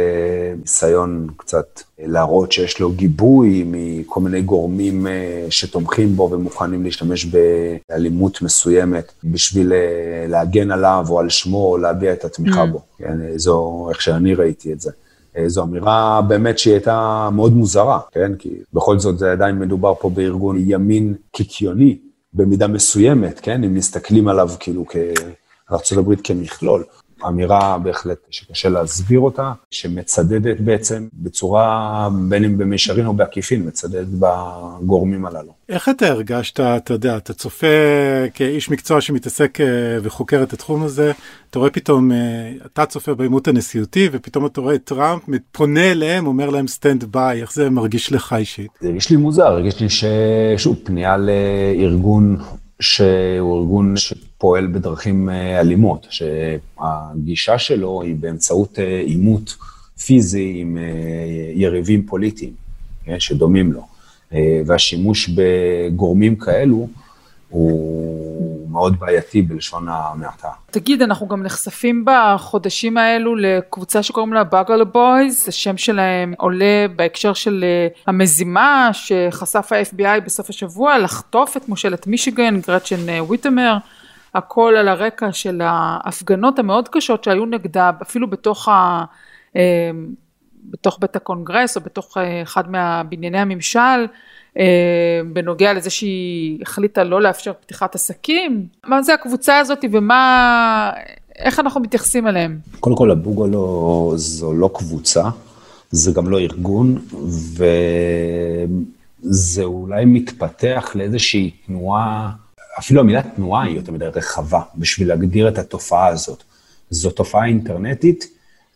כניסיון קצת להראות שיש לו גיבוי מכל מיני גורמים שתומכים בו ומוכנים להשתמש באלימות מסוימת בשביל להגן עליו או על שמו או להביע את התמיכה בו. זו איך שאני ראיתי את זה. זו אמירה באמת שהיא הייתה מאוד מוזרה, כן? כי בכל זאת זה עדיין מדובר פה בארגון ימין קיקיוני במידה מסוימת, כן? אם מסתכלים עליו כאילו ארצות הברית כמכלול, אמירה בהחלט שקשה להסביר אותה, שמצדדת בעצם בצורה, בין אם במישרין או בעקיפין, מצדדת בגורמים הללו. איך אתה הרגשת, אתה יודע, אתה צופה כאיש מקצוע שמתעסק וחוקר את התחום הזה, אתה רואה פתאום, אתה צופה בעימות הנשיאותי, ופתאום אתה רואה את טראמפ, פונה אליהם, אומר להם סטנד ביי, איך זה מרגיש לך אישית? זה הרגיש לי מוזר, הרגיש לי ששוב, פנייה לארגון, שהוא ארגון שפועל בדרכים אלימות, שהגישה שלו היא באמצעות עימות פיזי עם יריבים פוליטיים, שדומים לו, והשימוש בגורמים כאלו הוא מאוד בעייתי בלשון המעטה. תגיד, אנחנו גם נחשפים בחודשים האלו לקבוצה שקוראים לה בוגלה בויז, השם שלהם עולה בהקשר של המזימה שחשף ה-FBI בסוף השבוע, לחטוף את מושלת מישיגן, גרצ'ן וויטמר, הכל על הרקע של ההפגנות המאוד קשות שהיו נגדה, אפילו בתוך בית הקונגרס או בתוך אחד מהבנייני הממשל, בנוגע לזה שהיא החליטה לא לאפשר פתיחת עסקים. מה זה הקבוצה הזאת איך אנחנו מתייחסים אליהם? קודם כל, הבוגלו זו לא קבוצה, זה גם לא ארגון, וזה אולי מתפתח לאיזושהי תנועה, אפילו המילה תנועה היא יותר מדי רחבה, בשביל להגדיר את התופעה הזאת. זו תופעה אינטרנטית,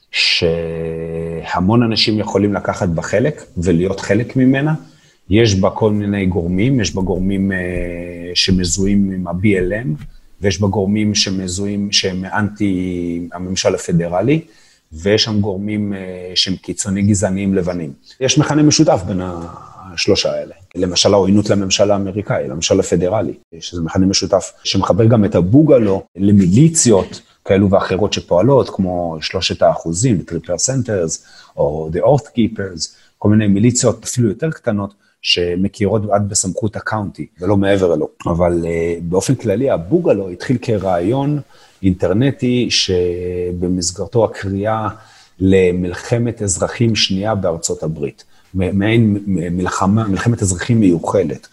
שהמון אנשים יכולים לקחת בה חלק, ולהיות חלק ממנה, יש בה כל מיני גורמים, יש בה גורמים שמזוהים עם ה-BLM, ויש בה גורמים שמזוהים, שהם אנטי הממשל הפדרלי, ויש שם גורמים שהם קיצוני גזעניים לבנים. יש מכנה משותף בין השלושה האלה. למשל, העוינות לממשל האמריקאי, לממשל הפדרלי, שזה מכנה משותף שמחבר גם את הבוגלו למיליציות כאלו ואחרות שפועלות, כמו 3%, Triple Centers, או The Earth Keepers, כל מיני מיליציות אפילו יותר קטנות, שמכירות עד בסמכות הקאונטי, ולא מעבר אלו. אבל באופן כללי, הבוגלו התחיל כרעיון אינטרנטי, שבמסגרתו הקריאה למלחמת אזרחים שנייה בארצות הברית. מעין מלחמת אזרחים מיוחדת.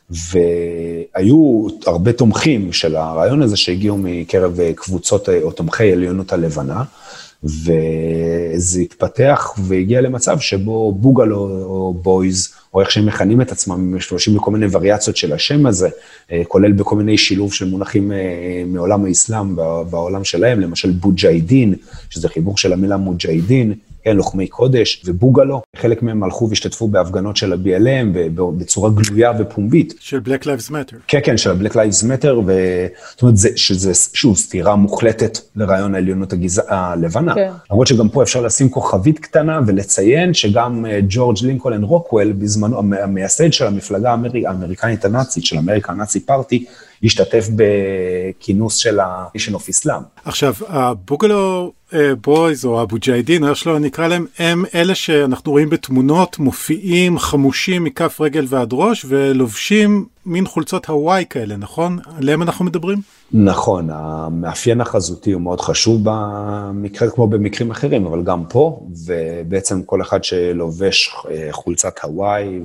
והיו הרבה תומכים של הרעיון הזה שהגיעו מקרב קבוצות או תומכי עליונות הלבנה, וזה התפתח והגיע למצב שבו בוגלו או בויז, או איך שהם מכנים את עצמם, משתמשים בכל מיני וריאציות של השם הזה, כולל בכל מיני שילוב של מונחים מעולם האסלאם בעולם שלהם, למשל בוג'אידין, שזה חיבור של המילה מוג'אידין, כן, לוחמי קודש, ובוגלו, חלק מהם הלכו והשתתפו בהפגנות של ה-BLM, בצורה גלויה ופומבית. של Black Lives Matter. כן, כן, של Black Lives Matter, זאת אומרת, שזה שוב סתירה מוחלטת לרעיון העליונות הלבנה. כן. למרות שגם פה אפשר לשים כוכבית קטנה, ולציין שגם ג'ורג' לינקולן רוקוול, בזמנו, המייסד של המפלגה האמריקנית הנאצית, של American Nazi Party, השתתף בכינוס של ה-Nation of Islam. עכשיו, הבוגלו בויז או הבוג'אידין, איך שלא נקרא להם, הם אלה שאנחנו רואים בתמונות, מופיעים חמושים מכף רגל ועד ראש, ולובשים מין חולצות הוואי כאלה, נכון? עליהם אנחנו מדברים? נכון, המאפיין החזותי הוא מאוד חשוב במקרה, כמו במקרים אחרים, אבל גם פה, ובעצם כל אחד שלובש חולצת הוואי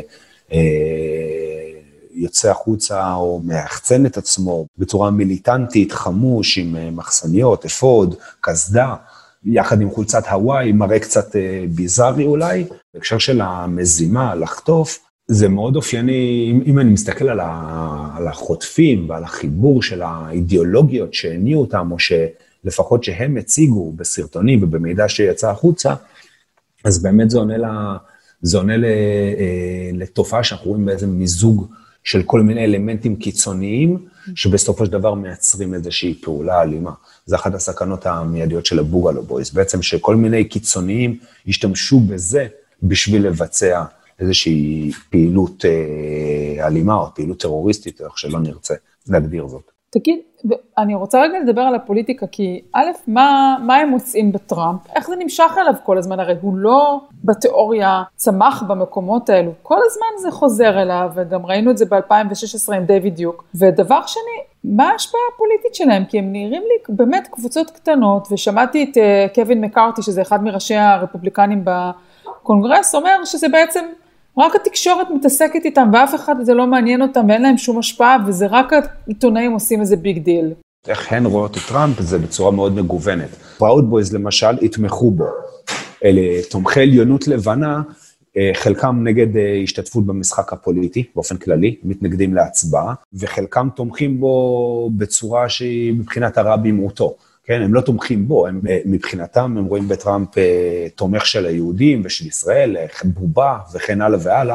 יוצא החוצה או מאחצן את עצמו בצורה מיליטנטית, חמוש, עם מחסניות, אפוד, כסדה, יחד עם חולצת הוואי, מראה קצת ביזארי אולי. בהקשר של המזימה, לחטוף, זה מאוד אופייני, אם אני מסתכל על החוטפים ועל החיבור של האידיאולוגיות שהניעו אותם, או שלפחות שהם הציגו בסרטונים ובמידע שיצא החוצה, אז באמת זה עונה לתופעה שאנחנו רואים באיזה מיזוג של כל מיני אלמנטים קיצוניים, שבסופו של דבר מייצרים איזושהי פעולה אלימה. זה אחת הסכנות המיידיות של הבוגלו בויז, בעצם שכל מיני קיצוניים ישתמשו בזה בשביל לבצע איזושהי פעילות אלימה או פעילות טרוריסטית, איך שלא נרצה להגדיר זאת. תגיד, אני רוצה רגע לדבר על הפוליטיקה, כי א', מה הם מוצאים בטראמפ? איך זה נמשך אליו כל הזמן? הרי הוא לא בתיאוריה צמח במקומות האלו. כל הזמן זה חוזר אליו, וגם ראינו את זה ב-2016 עם דיוויד דיוק. ודבר שני, מה ההשפעה הפוליטית שלהם? כי הם נראים לי באמת קבוצות קטנות, ושמעתי את קווין מקארתי, שזה אחד מראשי הרפובליקנים בקונגרס, אומר שזה בעצם רק התקשורת מתעסקת איתם, ואף אחד זה לא מעניין אותם, ואין להם שום השפעה, וזה רק העיתונאים עושים איזה ביג דיל. איך הן רואות את טראמפ, זה בצורה מאוד מגוונת. פראוד בויז למשל, התמכו בו. אלה תומכי עליונות לבנה, חלקם נגד השתתפות במשחק הפוליטי, באופן כללי, מתנגדים להצבעה, וחלקם תומכים בו בצורה שהיא מבחינת הרע במהותו. כן, הם לא תומכים בו, מבחינתם הם רואים בטראמפ תומך של היהודים ושל ישראל, בובה וכן הלאה והלאה,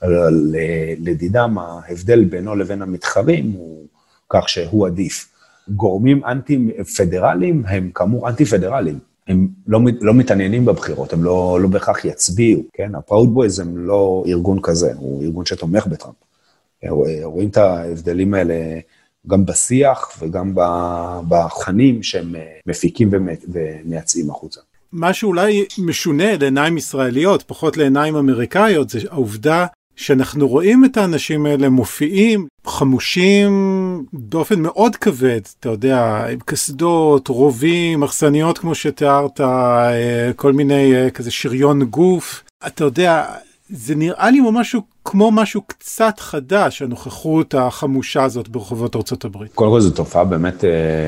לדידם ההבדל בינו לבין המתחרים הוא כך שהוא עדיף. גורמים אנטי-פדרליים הם כאמור אנטי-פדרליים, הם לא מתעניינים בבחירות, הם לא בהכרח יצביעו, כן? הפראוד בויז הם לא ארגון כזה, הוא ארגון שתומך בטראמפ. רואים את ההבדלים האלה גם בשיח וגם בחנים שהם מפיקים ומייצאים החוצה. מה שאולי משונה לעיניים ישראליות, פחות לעיניים אמריקאיות, זה העובדה שאנחנו רואים את האנשים האלה מופיעים, חמושים באופן מאוד כבד, אתה יודע, עם כסדות, רובים, מחסניות כמו שתיארת, כל מיני כזה שריון גוף, אתה יודע, זה נראה לי כמו משהו קצת חדש, הנוכחות החמושה הזאת ברחובות ארצות הברית. קודם כל זו תופעה באמת,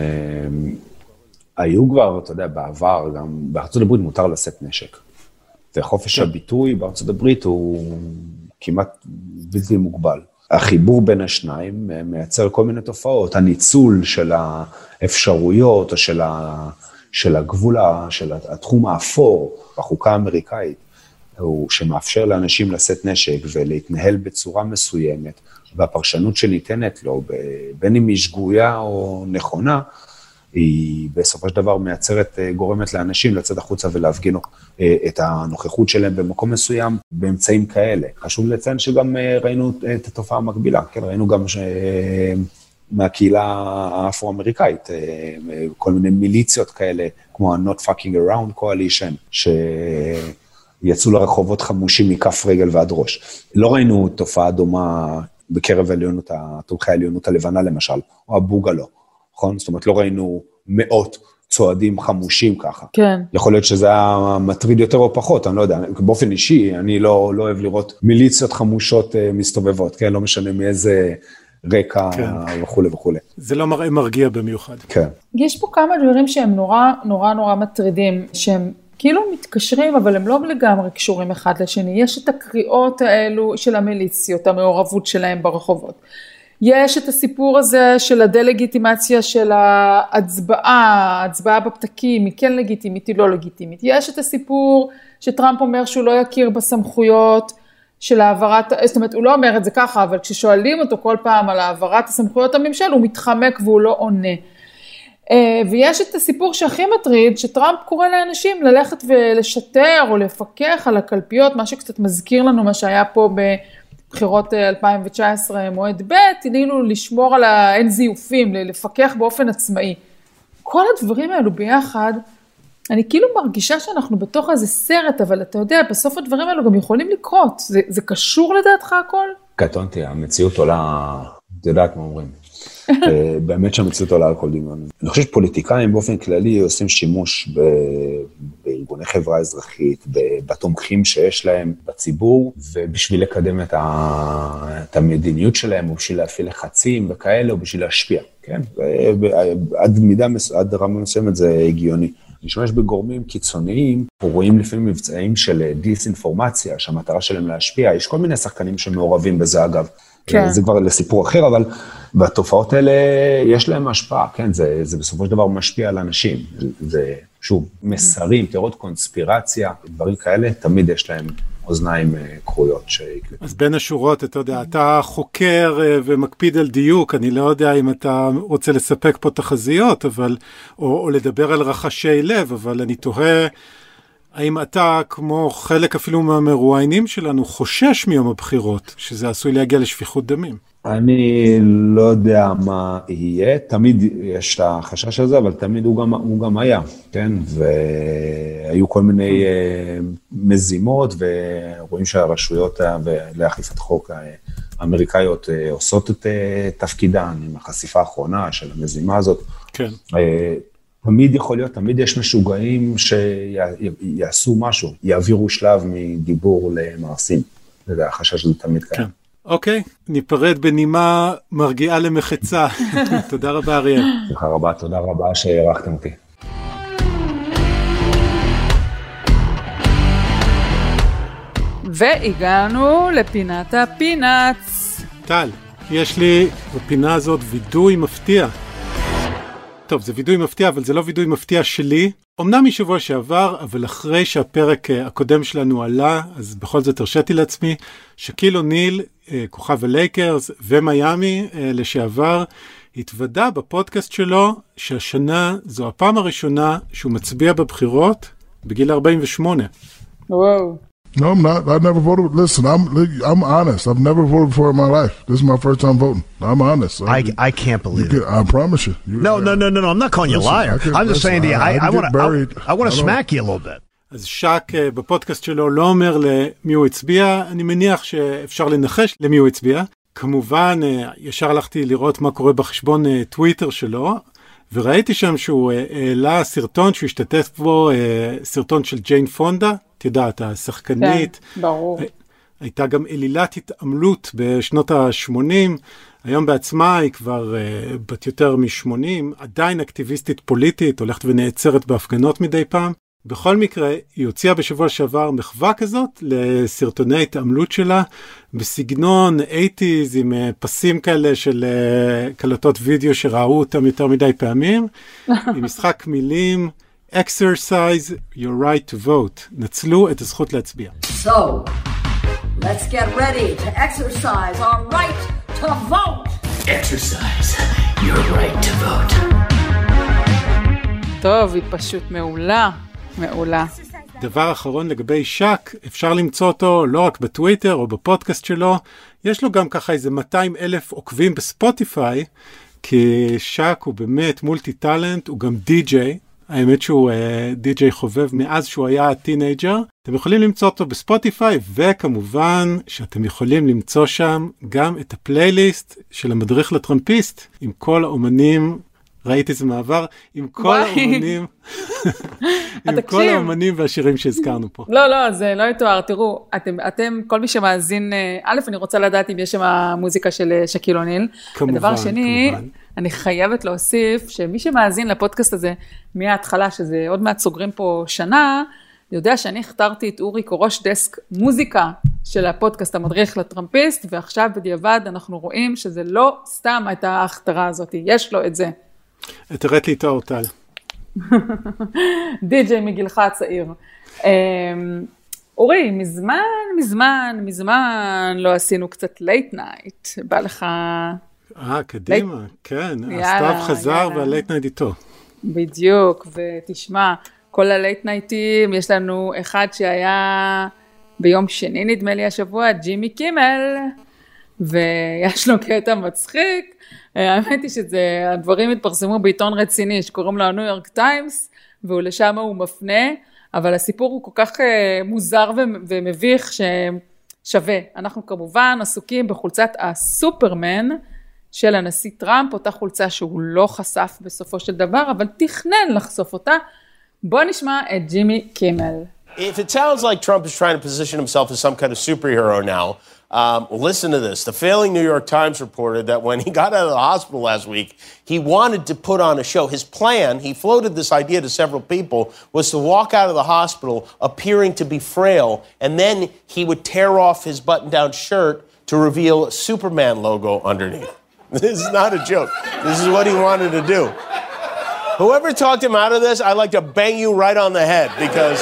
היו כבר, אתה יודע, בעבר, גם בארצות הברית מותר לשאת נשק. וחופש הביטוי בארצות הברית הוא כמעט בלתי מוגבל. החיבור בין השניים מייצר כל מיני תופעות, הניצול של האפשרויות, או של הגבול, של התחום האפור, בחוקה האמריקאית, הוא שמאפשר לאנשים לשאת נשק ולהתנהל בצורה מסוימת, והפרשנות שניתנת לו, בין אם היא שגויה או נכונה, היא בסופו של דבר מייצרת, גורמת לאנשים לצאת החוצה ולהפגין את הנוכחות שלהם במקום מסוים, באמצעים כאלה. חשוב לציין שגם ראינו את התופעה המקבילה, כן? ראינו גם מהקהילה האפרו-אמריקאית, כל מיני מיליציות כאלה, כמו ה-Not Fucking Around Coalition, יצאו לרחובות חמושים מכף רגל ועד ראש. לא ראינו תופעה דומה בקרב תומכי העליונות הלבנה למשל, או הבוגלו, נכון? זאת אומרת, לא ראינו מאות צועדים חמושים ככה. כן. יכול להיות שזה היה מטריד יותר או פחות, אני לא יודע, באופן אישי, אני לא אוהב לראות מיליציות חמושות מסתובבות, כן, לא משנה מאיזה רקע וכו' וכו'. זה לא מראה מרגיע במיוחד. כן. יש פה כמה דברים שהם נורא מטרידים, שהם כאילו מתקשרים, אבל הם לא לגמרי קשורים אחד לשני. יש את הקריאות האלו של המיליציות, המעורבות שלהם ברחובות. יש את הסיפור הזה של הדלגיטימציה של ההצבעה בפתקים, היא כן לגיטימית, היא לא לגיטימית. יש את הסיפור שטראמפ אומר שהוא לא יכיר בסמכויות של העברת, זאת אומרת, הוא לא אומר את זה ככה, אבל כששואלים אותו כל פעם על העברת הסמכויות הממשל, הוא מתחמק והוא לא עונה. ויש את הסיפור שהכי מטריד, שטראמפ קורא לאנשים ללכת ולשטר או לפקח על הקלפיות, מה שקצת מזכיר לנו מה שהיה פה בבחירות 2019 מועד ב', כאילו לשמור על האין זיופים, לפקח באופן עצמאי. כל הדברים האלו ביחד, אני כאילו מרגישה שאנחנו בתוך איזה סרט, אבל אתה יודע, בסוף הדברים האלו גם יכולים לקרות. זה קשור לדעתך הכל? קטונתי, המציאות עולה, אתה יודעת מה אומרים. באמת שהמציאות עולה על כל דמיון. אני חושב שפוליטיקאים באופן כללי עושים שימוש בארגוני חברה אזרחית, בתומכים שיש להם בציבור, ובשביל לקדם את המדיניות שלהם, או בשביל להפעיל לחצים וכאלה, או בשביל להשפיע, כן? עד רמה מסוימת זה הגיוני. להשתמש בגורמים קיצוניים, רואים לפעמים מבצעים של דיסאינפורמציה, שהמטרה שלהם להשפיע, יש כל מיני שחקנים שמעורבים בזה אגב, כן. זה כבר לסיפור אחר, אבל בתופעות האלה יש להם השפעה, כן, זה בסופו של דבר משפיע על אנשים, זה שוב, מסרים, תיאוריות קונספירציה, דברים כאלה, תמיד יש להם אוזניים קרויות שיקלטו. אז בין השורות, אתה יודע, אתה חוקר ומקפיד על דיוק, אני לא יודע אם אתה רוצה לספק פה תחזיות, אבל, או לדבר על רחשי לב, אבל אני תוהה, האם אתה, כמו חלק אפילו מהמרואיינים שלנו, חושש מיום הבחירות, שזה עשוי להגיע לשפיכות דמים? אני לא יודע מה יהיה, תמיד יש את החשש הזה, אבל תמיד הוא גם היה, כן? והיו כל מיני מזימות, ורואים שהרשויות לאכיפת חוק האמריקאיות עושות את תפקידן, עם החשיפה האחרונה של המזימה הזאת. כן. תמיד יכול להיות, תמיד יש משוגעים שיעשו משהו, יעבירו שלב מדיבור למעשים. זה החשש הזה תמיד קיים. כן. אוקיי, ניפרד בנימה מרגיעה למחצה. תודה רבה, אריאל. תודה רבה שהערכתם אותי. והגענו לפינת הפינאץ. טל, יש לי בפינה הזאת וידוי מפתיע. טוב, זה וידוי מפתיע, אבל זה לא וידוי מפתיע שלי. אמנם משבוע שעבר, אבל אחרי שהפרק הקודם שלנו עלה, אז בכל זאת הרשיתי לעצמי, שקיל אוניל, כוכב הלייקרס ומיימי לשעבר, התוודע בפודקאסט שלו שהשנה זו הפעם הראשונה שהוא מצביע בבחירות בגיל 48. וואו. No, I'm not. I never voted. Listen, I'm honest. I've never voted for it in my life. This is my first time voting. I'm honest. I can't believe it. I promise you. No. I'm not calling you a liar. I'm just saying to you, I want to smack you a little bit. אז שק בפודקאסט שלו לא אומר למי הוא הצביע, אני מניח שאפשר לנחש למי הוא הצביע. כמובן, ישר הלכתי לראות מה קורה בחשבון טוויטר שלו, וראיתי שם שהוא העלה סרטון שהוא השתתף בו, סרטון של ג'יין פונדה, את יודעת, השחקנית. כן, ברור. הייתה גם אלילת התעמלות בשנות ה-80, היום בעצמה היא כבר בת יותר מ-80, עדיין אקטיביסטית פוליטית, הולכת ונעצרת בהפגנות מדי פעם. בכל מקרה, היא הוציאה בשבוע שעבר מחווה כזאת לסרטוני התעמלות שלה, בסגנון 80s עם פסים כאלה של קלטות וידאו שראו אותם יותר מדי פעמים, עם משחק מילים, exercise your right to vote, נצלו את הזכות להצביע. So, let's get ready to exercise our right to vote. Exercise your right to vote. טוב, היא פשוט מעולה. מעולה. דבר אחרון לגבי שק, אפשר למצוא אותו לא רק בטוויטר או בפודקאסט שלו, יש לו גם ככה איזה 200,000 עוקבים בספוטיפיי, כי שק הוא באמת מולטי טלנט, הוא גם די-ג'יי, האמת שהוא די-ג'יי חובב מאז שהוא היה טינאג'ר, אתם יכולים למצוא אותו בספוטיפיי, וכמובן שאתם יכולים למצוא שם גם את הפלייליסט של המדריך לטראמפיסט, עם כל האומנים ראיתי איזה מעבר עם כל האמנים, עם כל האמנים והשירים שהזכרנו פה. לא, זה לא יתואר, תראו, אתם, כל מי שמאזין, א', אני רוצה לדעת אם יש שם מוזיקה של שקיל אוניל. כמובן, ודבר שני, אני חייבת להוסיף שמי שמאזין לפודקאסט הזה מההתחלה, שזה עוד מעט סוגרים פה שנה, יודע שאני הכתרתי את אורי כראש דסק מוזיקה של הפודקאסט המדריך לטראמפיסט, ועכשיו בדיעבד אנחנו רואים שזה לא סתם הייתה ההכתרה הזאת, יש לו את זה. תראית לי איתו אותל. די-ג'יי מגילך הצעיר. אורי, מזמן לא עשינו קצת לייט נייט, בא לך... קדימה, כן, הסתיו חזר והלייט נייט איתו. בדיוק, ותשמע, כל הלייט נייטים, יש לנו אחד שהיה ביום שני נדמה לי השבוע, ג'ימי קימל, ויש לו קטע מצחיק, האמת היא שהדברים התפרסמו בעיתון רציני שקוראים לו הניו יורק טיימס, ולשם הוא מפנה, אבל הסיפור הוא כל כך מוזר ומביך ששווה. אנחנו כמובן עסוקים בחולצת הסופרמן של הנשיא טראמפ, אותה חולצה שהוא לא חשף בסופו של דבר, אבל תכנן לחשוף אותה. בוא נשמע את ג'ימי קימל. If it sounds like Trump is trying to position himself as some kind of superhero now, listen to this. The failing New York Times reported that when he got out of the hospital last week, he wanted to put on a show. His plan, he floated this idea to several people, was to walk out of the hospital appearing to be frail, and then he would tear off his button-down shirt to reveal a Superman logo underneath. This is not a joke. This is what he wanted to do. Whoever talked him out of this, I'd like to bang you right on the head because,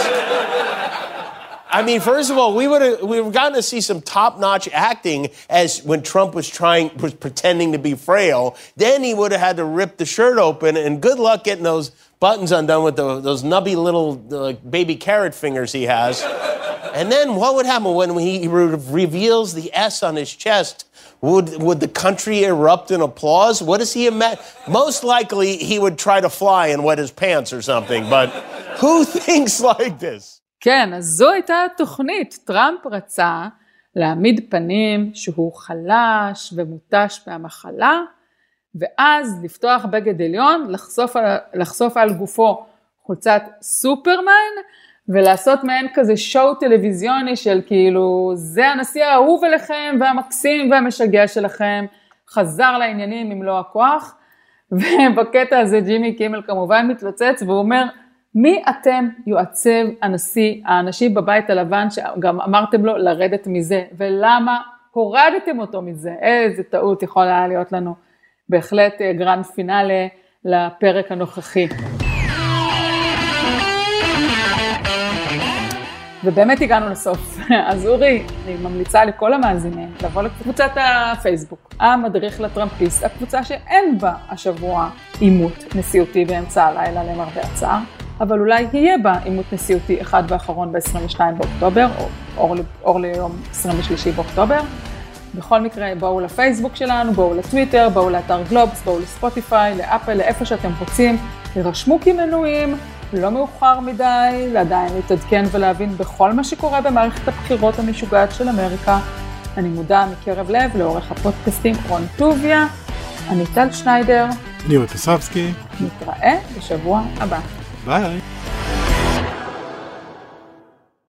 I mean, first of all, we would have gotten to see some top-notch acting as when Trump was pretending to be frail. Then he would have had to rip the shirt open, and good luck getting those buttons undone with those nubby little baby carrot fingers he has. And then what would happen when he reveals the S on his chest? Would the country erupt in applause? What does he imagine? Most likely he would try to fly and wet his pants or something, but who thinks like this? כן, אז זו הייתה התוכנית. טראמפ רצה להעמיד פנים שהוא חלש ומוטש מהמחלה, ואז לפתוח בגד עליון, לחשוף על גופו חולצת סופרמן, ולעשות מעין כזה שואו טלוויזיוני של כאילו, זה הנשיא האהוב אליכם והמקסים והמשגע שלכם, חזר לעניינים עם לא הכוח, ובקטע הזה ג'ימי קימל כמובן מתלוצץ, והוא אומר, מי אתם יועצב האנשים בבית הלבן, שגם אמרתם לו לרדת מזה, ולמה הורדתם אותו מזה? איזה טעות יכולה להיות לנו, בהחלט גרנד פינאלה לפרק הנוכחי. ובאמת הגענו לסוף. אז אורי, אני ממליצה לכל המאזינים לבוא לקבוצת הפייסבוק, המדריך לטראמפיסט, הקבוצה שאין בה השבוע עימות נשיאותי באמצע הלילה למרבה הצער, אבל אולי יהיה בה עימות נשיאותי אחד ואחרון ב-22 באוקטובר, או ליום 23 באוקטובר. בכל מקרה, בואו לפייסבוק שלנו, בואו לטוויטר, בואו לאתר גלובס, בואו לספוטיפיי, לאפל, לאיפה שאתם רוצים, תירשמו כמנויים, לא מאוחר מדי, עדיין להתעדכן ולהבין בכל מה שקורה במערכת הבחירות המשוגעת של אמריקה. אני מודה מקרב לב לעורך הפודקאסטים רון טוביה, אני טל שניידר. אני אורי פסבסקי. נתראה בשבוע הבא. ביי.